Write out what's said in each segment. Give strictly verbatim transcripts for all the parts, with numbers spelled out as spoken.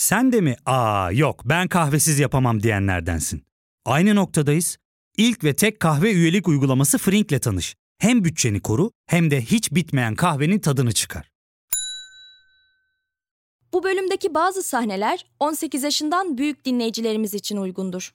Sen de mi aa yok ben kahvesiz yapamam diyenlerdensin? Aynı noktadayız. İlk ve tek kahve üyelik uygulaması Frink'le tanış. Hem bütçeni koru hem de hiç bitmeyen kahvenin tadını çıkar. Bu bölümdeki bazı sahneler on sekiz yaşından büyük dinleyicilerimiz için uygundur.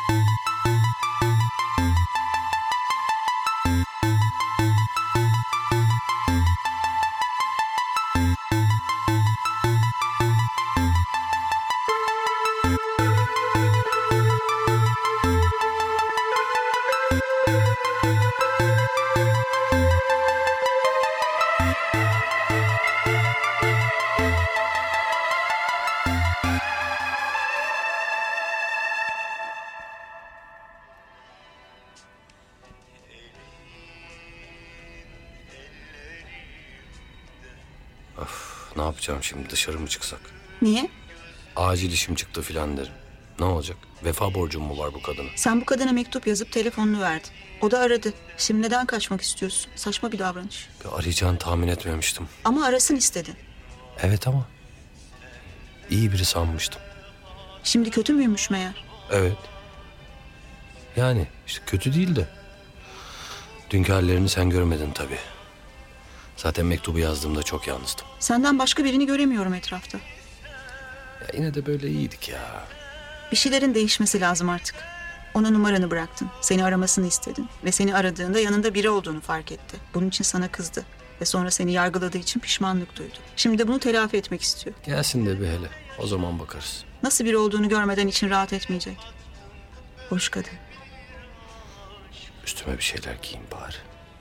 Of, ne yapacağım şimdi, dışarı mı çıksak? Niye? Acil işim çıktı filan derim. Ne olacak? Vefa borcum mu var bu kadına? Sen bu kadına mektup yazıp telefonunu verdin. O da aradı. Şimdi neden kaçmak istiyorsun? Saçma bir davranış. Bir arayacağını tahmin etmemiştim. Ama arasın istedin. Evet ama iyi biri sanmıştım. Şimdi kötü müymüş meğer? Evet. Yani işte kötü değil de. Dünkü hallerini sen görmedin tabii. Zaten mektubu yazdığımda çok yalnızdım. Senden başka birini göremiyorum etrafta. Ya yine de böyle iyiydik ya. Bir şeylerin değişmesi lazım artık. Ona numaranı bıraktın. Seni aramasını istedin. Ve seni aradığında yanında biri olduğunu fark etti. Bunun için sana kızdı. Ve sonra seni yargıladığı için pişmanlık duydu. Şimdi de bunu telafi etmek istiyor. Gelsin de bir hele. O zaman bakarız. Nasıl biri olduğunu görmeden için rahat etmeyecek. Boş kadın. Üstüme bir şeyler giyeyim bari.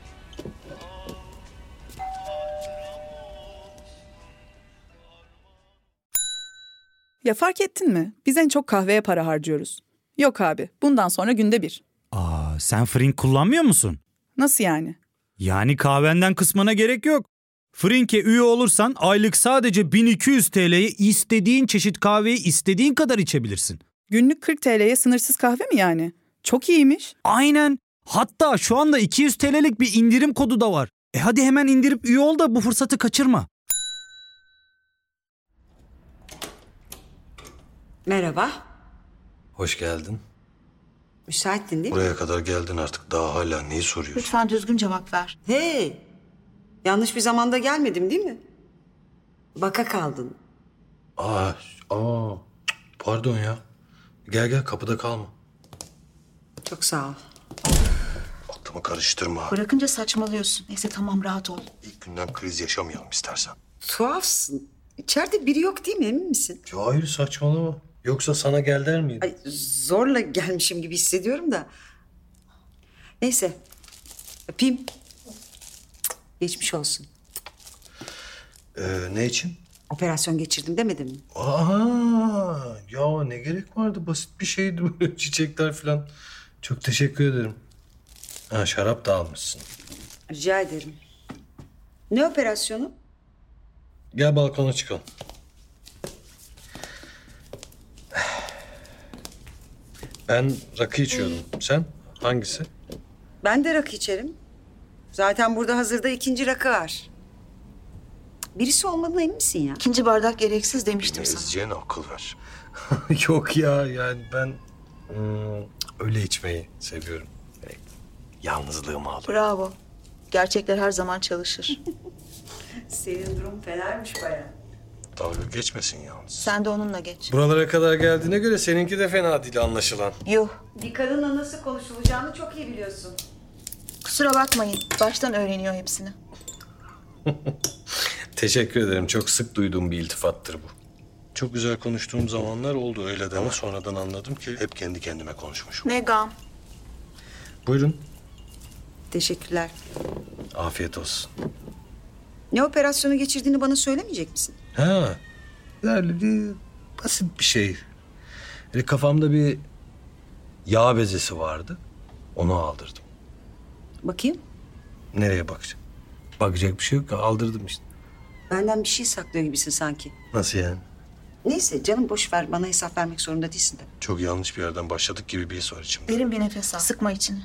Ya fark ettin mi? Biz en çok kahveye para harcıyoruz. Yok abi, bundan sonra günde bir. Aa, sen Frink kullanmıyor musun? Nasıl yani? Yani kahvenden kısmına gerek yok. Frink'e üye olursan aylık sadece bin iki yüz T L'ye istediğin çeşit kahveyi istediğin kadar içebilirsin. Günlük kırk T L'ye sınırsız kahve mi yani? Çok iyiymiş. Aynen. Hatta şu anda iki yüz T L'lik bir indirim kodu da var. E hadi hemen indirip üye ol da bu fırsatı kaçırma. Merhaba. Hoş geldin. Müsaittin değil mi? Buraya kadar geldin artık. Daha hala neyi soruyorsun? Lütfen düzgün cevap ver. Hey. Yanlış bir zamanda gelmedim değil mi? Baka kaldın. Aa, aa, pardon ya. Gel gel, kapıda kalma. Çok sağ ol. Aklımı karıştırma. Bırakınca saçmalıyorsun. Neyse tamam, rahat ol. İlk günden kriz yaşamayalım istersen. Tuhafsın. İçeride biri yok değil mi, emin misin? Ya hayır, saçmalama. Yoksa sana gel der miydim? Ay, zorla gelmişim gibi hissediyorum da. Neyse. Öpeyim. Geçmiş olsun. Ee, ne için? Operasyon geçirdim demedim mi? Aa, ya ne gerek vardı? Basit bir şeydi böyle, çiçekler falan. Çok teşekkür ederim. Ha, şarap da almışsın. Rica ederim. Ne operasyonu? Gel balkona çıkalım. Ben rakı içiyordum. Sen hangisi? Ben de rakı içerim. Zaten burada hazırda ikinci rakı var. Birisi olmadığına emin misin ya? İkinci bardak gereksiz demiştim sana. Ezeceğine akıl ver. Yok ya, yani ben hmm, öyle içmeyi seviyorum. Yani yalnızlığımı alıyorum. Bravo. Gerçekler her zaman çalışır. Senin durum fenaymış bayağı. Dalga geçmesin yalnız. Sen de onunla geç. Buralara kadar geldiğine göre seninki de fena değil anlaşılan. Yuh. Bir kadınla nasıl konuşulacağını çok iyi biliyorsun. Kusura bakmayın. Baştan öğreniyor hepsini. Teşekkür ederim. Çok sık duyduğum bir iltifattır bu. Çok güzel konuştuğum zamanlar oldu öyle deme. Sonradan anladım ki hep kendi kendime konuşmuşum. Ne gam. Buyurun. Teşekkürler. Afiyet olsun. Ne operasyonu geçirdiğini bana söylemeyecek misin? Ha, yani bir basit bir şey. Böyle kafamda bir yağ bezesi vardı. Onu aldırdım. Bakayım. Nereye bakacağım? Bakacak bir şey yok. Aldırdım işte. Benden bir şey saklıyor gibisin sanki. Nasıl yani? Neyse canım, boş ver. Bana hesap vermek zorunda değilsin de. Çok yanlış bir yerden başladık gibi bir his var içimde. Derin bir nefes al. Sıkma içini.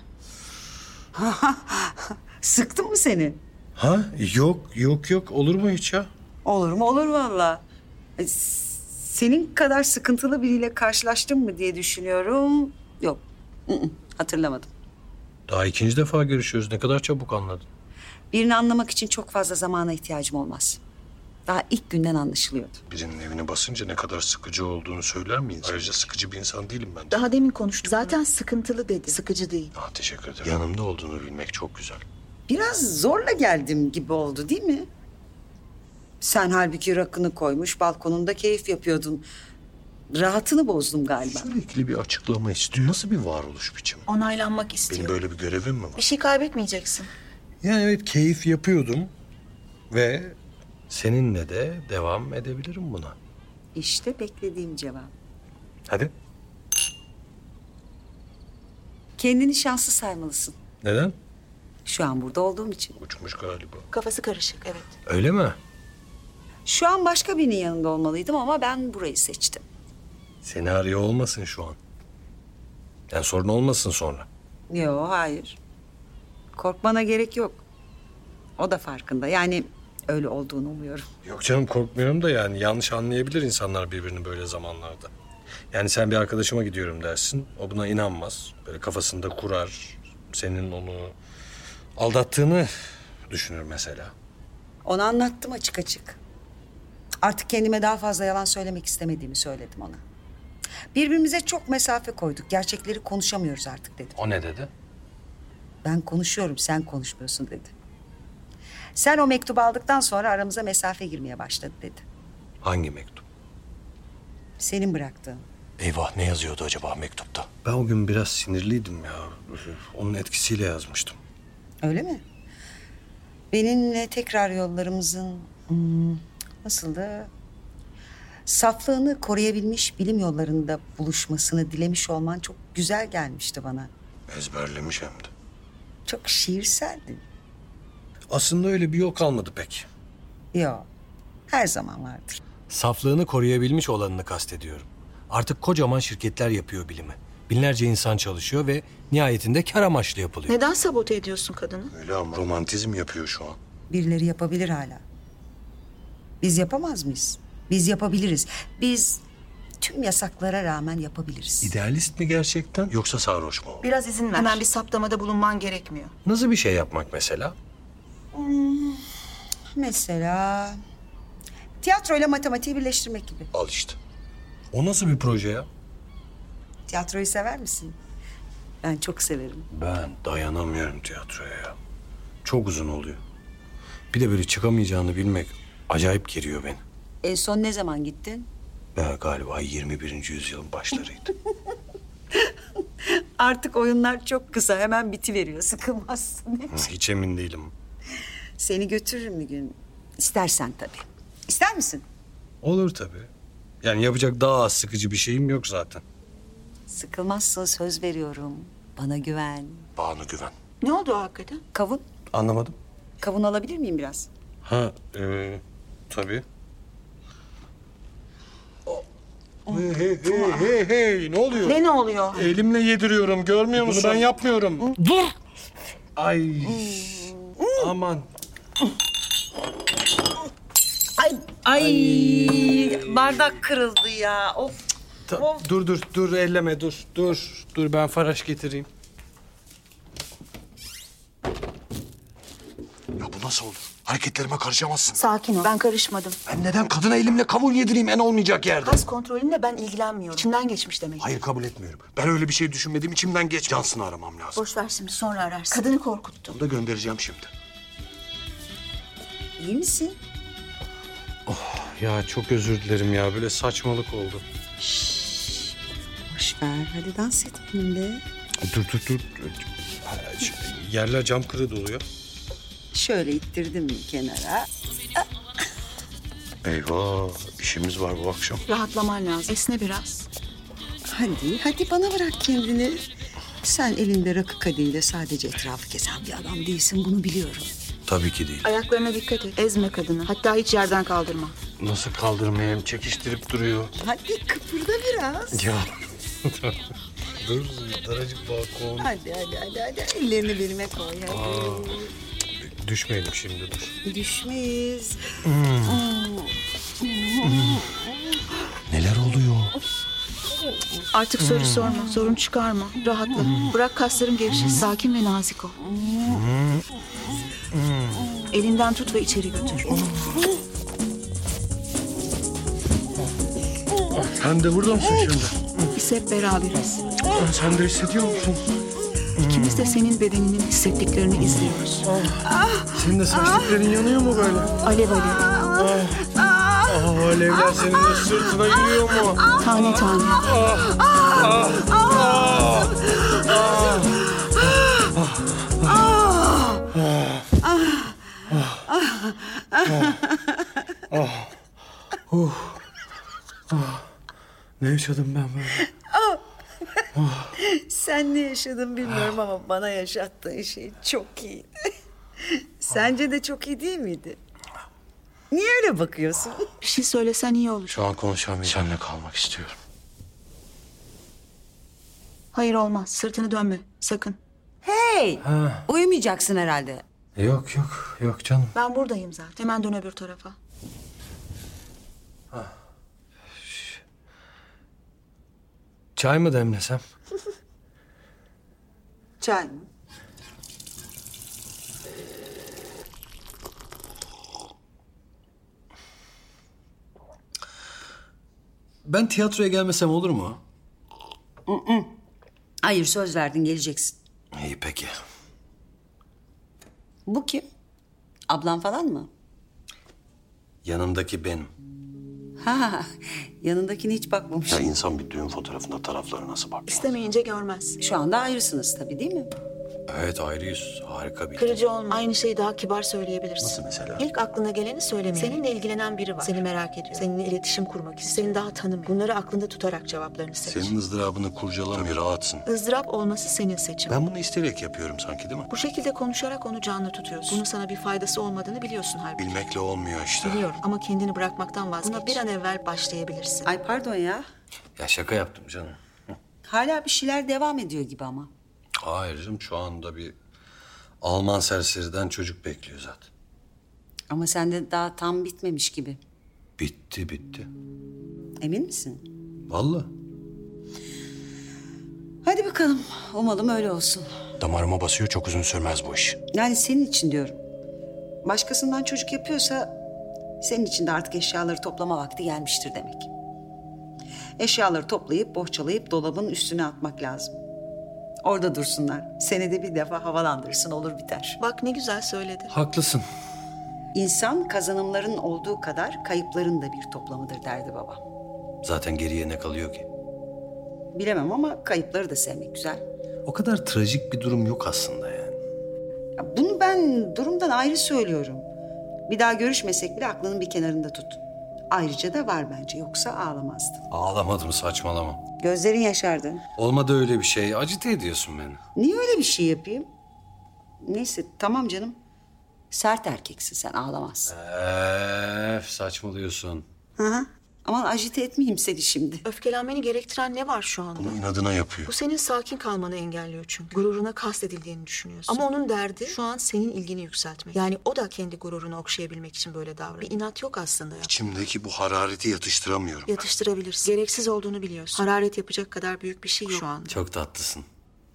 Sıktın mı seni? Ha? Yok, yok, yok. Olur mu hiç ya? Olur mu olur vallahi. E, Senin kadar sıkıntılı biriyle karşılaştım mı diye düşünüyorum. Yok. Hı hı, hatırlamadım. Daha ikinci defa görüşüyoruz. Ne kadar çabuk anladın. Birini anlamak için çok fazla zamana ihtiyacım olmaz. Daha ilk günden anlaşılıyordu. Birinin evine basınca ne kadar sıkıcı olduğunu söyler mi insan? Ayrıca sıkıcı bir insan değilim ben. Daha demin konuştuk. Zaten sıkıntılı dedi. Sıkıcı değil. Ah, teşekkür ederim. Yanımda olduğunu bilmek çok güzel. Biraz zorla geldim gibi oldu değil mi? Sen halbuki rakını koymuş balkonunda keyif yapıyordun. Rahatını bozdum galiba. Sürekli bir açıklama istiyor. Nasıl bir varoluş biçimi? Onaylanmak istiyor. Benim böyle bir görevim mi var? Bir şey kaybetmeyeceksin. Yani evet, keyif yapıyordum ve seninle de devam edebilirim buna. İşte beklediğim cevap. Hadi. Kendini şanslı saymalısın. Neden? Şu an burada olduğum için. Uçmuş galiba. Kafası karışık, evet. Öyle mi? Şu an başka birinin yanında olmalıydım ama ben burayı seçtim. Seni arıyor olmasın şu an. Yani sorun olmasın sonra. Yok, hayır. Korkmana gerek yok. O da farkında. Yani öyle olduğunu umuyorum. Yok canım, korkmuyorum da yani yanlış anlayabilir insanlar birbirini böyle zamanlarda. Yani sen bir arkadaşıma gidiyorum dersin. O buna inanmaz. Böyle kafasında kurar. Senin onu aldattığını düşünür mesela. Ona anlattım açık açık. Artık kendime daha fazla yalan söylemek istemediğimi söyledim ona. Birbirimize çok mesafe koyduk. Gerçekleri konuşamıyoruz artık dedim. O ne dedi? Ben konuşuyorum, sen konuşmuyorsun dedi. Sen o mektubu aldıktan sonra aramıza mesafe girmeye başladı dedi. Hangi mektup? Senin bıraktığın. Eyvah, ne yazıyordu acaba mektupta? Ben o gün biraz sinirliydim ya. Onun etkisiyle yazmıştım. Öyle mi? Benimle tekrar yollarımızın hmm, nasıldı? Saflığını koruyabilmiş bilim yollarında buluşmasını dilemiş olman çok güzel gelmişti bana. Ezberlemiş hem de. Çok şiirseldi. Aslında öyle bir yol kalmadı pek. Yok, her zaman vardır. Saflığını koruyabilmiş olanını kastediyorum. Artık kocaman şirketler yapıyor bilimi. Binlerce insan çalışıyor ve nihayetinde kar amaçlı yapılıyor. Neden sabote ediyorsun kadını? Öyle ama romantizm yapıyor şu an. Birileri yapabilir hala. Biz yapamaz mıyız? Biz yapabiliriz. Biz tüm yasaklara rağmen yapabiliriz. İdealist mi gerçekten yoksa sarhoş mu? Biraz izin ver. Hemen bir saptamada bulunman gerekmiyor. Nasıl bir şey yapmak mesela? Mesela tiyatroyla matematiği birleştirmek gibi. Al işte. O nasıl bir proje ya? Tiyatroyu sever misin? Ben çok severim. Ben dayanamıyorum tiyatroya ya. Çok uzun oluyor. Bir de böyle çıkamayacağını bilmek acayip geriyor beni. En son ne zaman gittin? Ben galiba yirmi birinci yüzyılın başlarıydı. Artık oyunlar çok kısa. Hemen bitiveriyor. Sıkılmazsın. Hiç emin değilim. Seni götürürüm bir gün. İstersen tabii. İster misin? Olur tabii. Yani yapacak daha az sıkıcı bir şeyim yok zaten. Sıkılmazsın, söz veriyorum. Bana güven. Banu güven. Ne oldu o hakikaten? Kavun. Anlamadım. Kavun alabilir miyim biraz? Ha, e, tabii. Hey, hey, hey, hey, hey, ne oluyor? Ne ne oluyor? Elimle yediriyorum, görmüyor musun? Ben yapmıyorum. Dur! Ay, aman. Ay, ay, bardak kırıldı ya. Of. Ta- dur, dur, dur, elleme, dur, dur. Dur, ben faraş getireyim. Ya bu nasıl olur? Hareketlerime karışamazsın. Sakin ol. Ben karışmadım. Ben neden kadına elimle kavun yedireyim en olmayacak yerde? Kas kontrolünle ben ilgilenmiyorum. İçinden geçmiş demek. Hayır, kabul etmiyorum. Ben öyle bir şey düşünmedim, içimden geç. Cansın'ı aramam lazım. Boş ver şimdi, sonra ararsın. Kadını korkuttun. Onu da göndereceğim şimdi. İyi misin? Ya çok özür dilerim ya, böyle saçmalık oldu. Boş ver. Hadi dans et benimle. Dur, dur, dur. Yerler cam kırığı doluyor. Şöyle ittirdim bir kenara. Eyvah, işimiz var bu akşam. Rahatlaman lazım. Esne biraz. Hadi, hadi bana bırak kendini. Sen elinde rakı kadehiyle sadece etrafı kesen bir adam değilsin, bunu biliyorum. Tabii ki değil. Ayaklarına dikkat et. Ezme kadını. Hatta hiç yerden kaldırma. Nasıl kaldırmayayım? Çekiştirip duruyor. Hadi kıpırda biraz. Ya. Dur, daracık balkon. Hadi, hadi, hadi, hadi. Ellerini belime koy, hadi. Aa, düşmeyelim şimdi, dur. Düşmeyiz. Neler Artık soru sorma, sorun çıkarma. Rahatla. Bırak kasların gevşesin. Sakin ve nazik ol. Elinden tut ve içeri götür. Sen de burada mısın şimdi? Biz hep beraberiz. Sen de hissediyor musun? İkimiz de senin bedeninin hissettiklerini izliyoruz. Senin de saç diplerin yanıyor mu böyle? Alev alev. Ah, alevler senin de sırtına giriyor mu? Tane tane. Ne yaşadım ben böyle? Sen ne yaşadın bilmiyorum ama bana yaşattığın şey çok iyiydi. Sence de çok iyi değil miydi? Niye öyle bakıyorsun? Bir şey söylesen iyi olur. Şu an konuşamayacağım. Seninle kalmak istiyorum. Hayır olmaz. Sırtını dönme. Sakın. Hey! Uyumayacaksın herhalde. Yok yok yok canım. Ben buradayım zaten. Hemen dön öbür tarafa. Çay mı demlesem? Çay mı? Ben tiyatroya gelmesem olur mu? Hayır, söz verdin, geleceksin. İyi peki. Bu kim? Ablan falan mı? Yanındaki benim. Ha, yanındakine hiç bakmamışım. Ya insan bir düğün fotoğrafında taraflara nasıl bakmaz? İstemeyince görmez. Şu anda ayrısınız tabii, değil mi? Evet ayrıyız. Harika bir. Kırıcı olma. Aynı şeyi daha kibar söyleyebilirsin. Nasıl mesela? İlk aklına geleni söyleme. Seninle ilgilenen biri var. Seni merak ediyor. Seninle iletişim kurmak istiyor. Seni daha tanımıyor. Bunları aklında tutarak cevaplarını seç. Senin ızdırabını kurcalama. Tabii rahatsın. Izdırap olması senin seçimin. Ben bunu isteyerek yapıyorum sanki değil mi? Bu şekilde konuşarak onu canlı tutuyorsun. Bunun sana bir faydası olmadığını biliyorsun halbuki. Bilmekle olmuyor işte. Biliyorum ama kendini bırakmaktan vazgeç. Buna bir an evvel başlayabilirsin. Ay pardon ya. Ya şaka yaptım canım. Hala bir şeyler devam ediyor gibi ama. Hayır canım şu anda bir Alman serseriden çocuk bekliyor zaten. Ama sende daha tam bitmemiş gibi. Bitti bitti. Emin misin? Vallahi. Hadi bakalım. Umalım öyle olsun. Damarıma basıyor çok uzun sürmez bu iş. Yani senin için diyorum. Başkasından çocuk yapıyorsa senin için de artık eşyaları toplama vakti gelmiştir demek. Eşyaları toplayıp bohçalayıp dolabın üstüne atmak lazım. Orada dursunlar. Senede bir defa havalandırsın, olur biter. Bak ne güzel söyledi. Haklısın. İnsan kazanımların olduğu kadar kayıpların da bir toplamıdır derdi baba. Zaten geriye ne kalıyor ki? Bilemem ama kayıpları da sevmek güzel. O kadar trajik bir durum yok aslında yani. Ya bunu ben durumdan ayrı söylüyorum. Bir daha görüşmesek bile aklının bir kenarında tut. Ayrıca da var bence, yoksa ağlamazdın. Ağlamadım saçmalama. Gözlerin yaşardı. Olmadı öyle bir şey. Acite ediyorsun beni. Niye öyle bir şey yapayım? Neyse tamam canım. Sert erkeksin sen, ağlamazsın. Eee saçmalıyorsun. Hı hı. Aman acite etmeyeyim seni şimdi. Öfkelenmeni gerektiren ne var şu anda? Bunu inadına yapıyor. Bu senin sakin kalmanı engelliyor çünkü. Gururuna kastedildiğini düşünüyorsun. Ama onun derdi şu an senin ilgini yükseltmek. Yani o da kendi gururunu okşayabilmek için böyle davranıyor. Bir inat yok aslında ya. İçimdeki bu harareti yatıştıramıyorum. Yatıştırabilirsin. Gereksiz olduğunu biliyorsun. Hararet yapacak kadar büyük bir şey yok şu anda. Çok tatlısın.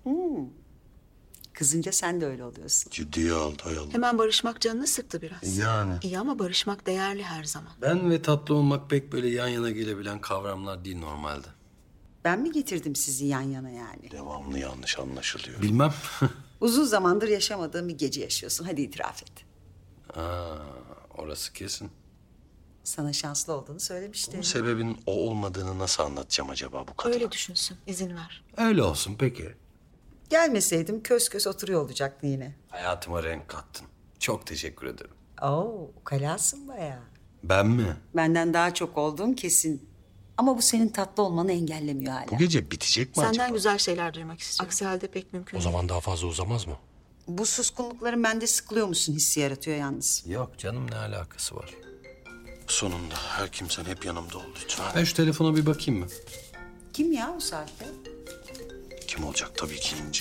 Kızınca sen de öyle oluyorsun. Ciddiye al dayalı. Hemen barışmak canını sıktı biraz. Yani. İyi ama barışmak değerli her zaman. Ben ve tatlı olmak pek böyle yan yana gelebilen kavramlar değil normalde. Ben mi getirdim sizi yan yana yani? Devamlı yanlış anlaşılıyor. Bilmem. Uzun zamandır yaşamadığın bir gece yaşıyorsun. Hadi itiraf et. Aa, orası kesin. Sana şanslı olduğunu söylemiştim. Bu sebebin o olmadığını nasıl anlatacağım acaba bu kadına? Öyle düşünsün. İzin ver. Öyle olsun peki. Gelmeseydim kös kös oturuyor olacaktın yine. Hayatıma renk kattın. Çok teşekkür ederim. Oo, ukalasın bayağı. Ben mi? Benden daha çok olduğum kesin. Ama bu senin tatlı olmanı engellemiyor hala. Bu gece bitecek mi Senden acaba? güzel şeyler duymak istiyorum. Aksi halde pek mümkün O değil. zaman daha fazla uzamaz mı? Bu suskunlukların bende sıkılıyor musun hissi yaratıyor yalnız. Yok canım ne alakası var? Sonunda her kimsen hep yanımda ol lütfen. Ben şu telefona bir bakayım mı? Kim ya o saatte? Kim olacak tabii ki İnci.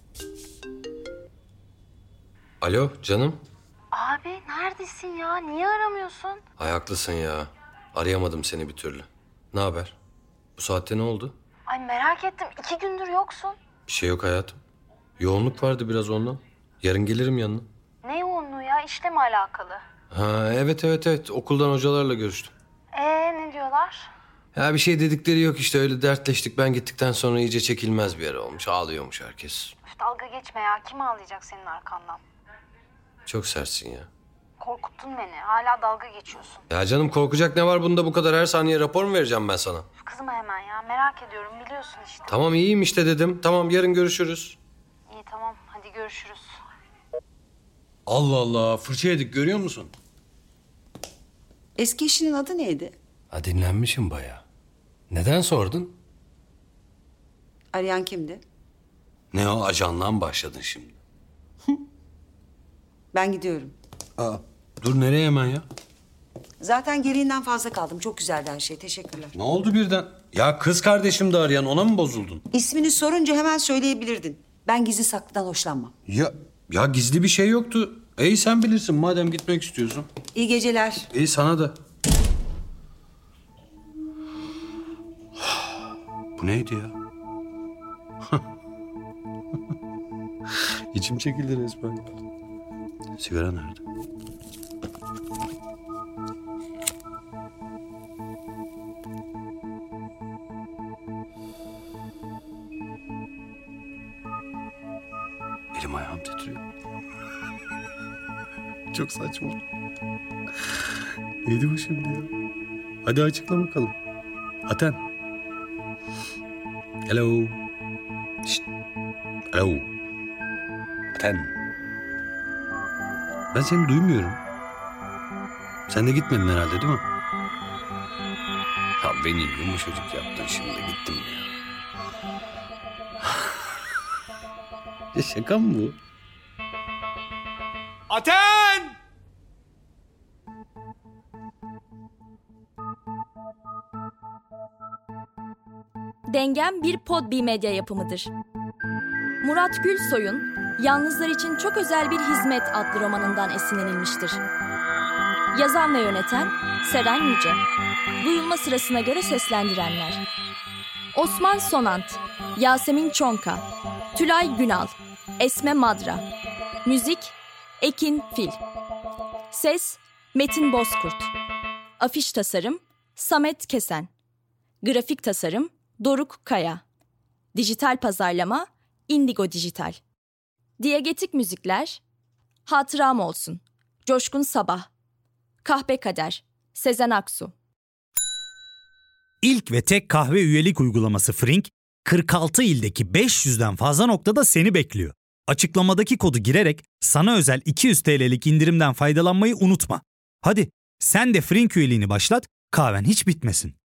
Alo canım. Abi neredesin ya? Niye aramıyorsun? Ay haklısın ya. Arayamadım seni bir türlü. Ne haber? Bu saatte ne oldu? Ay merak ettim. İki gündür yoksun. Bir şey yok hayatım. Yoğunluk vardı biraz ondan. Yarın gelirim yanına. Ne yoğunluğu ya? İşle mi alakalı? Ha evet evet evet. Okuldan hocalarla görüştüm. Ee ne diyorlar? Ya bir şey dedikleri yok işte, öyle dertleştik. Ben gittikten sonra iyice çekilmez bir yer olmuş. Ağlıyormuş herkes. Üf, dalga geçme ya. Kim ağlayacak senin arkandan? Çok sertsin ya. Korkuttun beni. Hala dalga geçiyorsun. Ya canım, korkacak ne var bunda bu kadar? Her saniye rapor mu vereceğim ben sana? Üf, kızma hemen ya. Merak ediyorum. Biliyorsun işte. Tamam iyiyim işte dedim. Tamam yarın görüşürüz. İyi tamam. Hadi görüşürüz. Allah Allah, fırça yedik görüyor musun? Eski eşinin adı neydi? Ha dinlenmişim bayağı. Neden sordun? Arayan kimdi? Ne o, ajanlığa mı başladın şimdi? Ben gidiyorum. Aa, dur nereye hemen ya? Zaten gereğinden fazla kaldım. Çok güzeldi her şey. Teşekkürler. Ne oldu birden? Ya kız kardeşim de arayan, ona mı bozuldun? İsmini sorunca hemen söyleyebilirdin. Ben gizli saklıdan hoşlanmam. Ya ya gizli bir şey yoktu. Ey sen bilirsin madem gitmek istiyorsun. İyi geceler. İyi sana da. Bu neydi ya? İçim çekildi resmen. Sigara nerede? Elim ayağım titriyor. Çok saçma. Neydi bu şimdi ya? Hadi açıkla bakalım. Aten. Hello. Şşt. Hello. Aten. Ben seni duymuyorum. Sen de gitmedin herhalde değil mi? Ya beni yumuşacık yaptın, şimdi gittim ya. Ya şaka mı bu? Aten! Dengem bir Podbi medya yapımıdır. Murat Gülsoy'un Yalnızlar için Çok Özel Bir Hizmet adlı romanından esinlenilmiştir. Yazan ve yöneten Seren Yüce. Duyulma sırasına göre seslendirenler: Osman Sonant, Yasemin Çonka, Tülay Günal, Esme Madra. Müzik Ekin Fil. Ses Metin Bozkurt. Afiş tasarım Samet Kesen. Grafik tasarım Doruk Kaya. Dijital pazarlama Indigo Dijital. Diyegetik müzikler Hatıram Olsun, Coşkun Sabah, Kahpe Kader, Sezen Aksu. İlk ve tek kahve üyelik uygulaması Frink, kırk altı ildeki beş yüzden fazla noktada seni bekliyor. Açıklamadaki kodu girerek sana özel iki yüz TL'lik indirimden faydalanmayı unutma. Hadi sen de Frink üyeliğini başlat, kahven hiç bitmesin.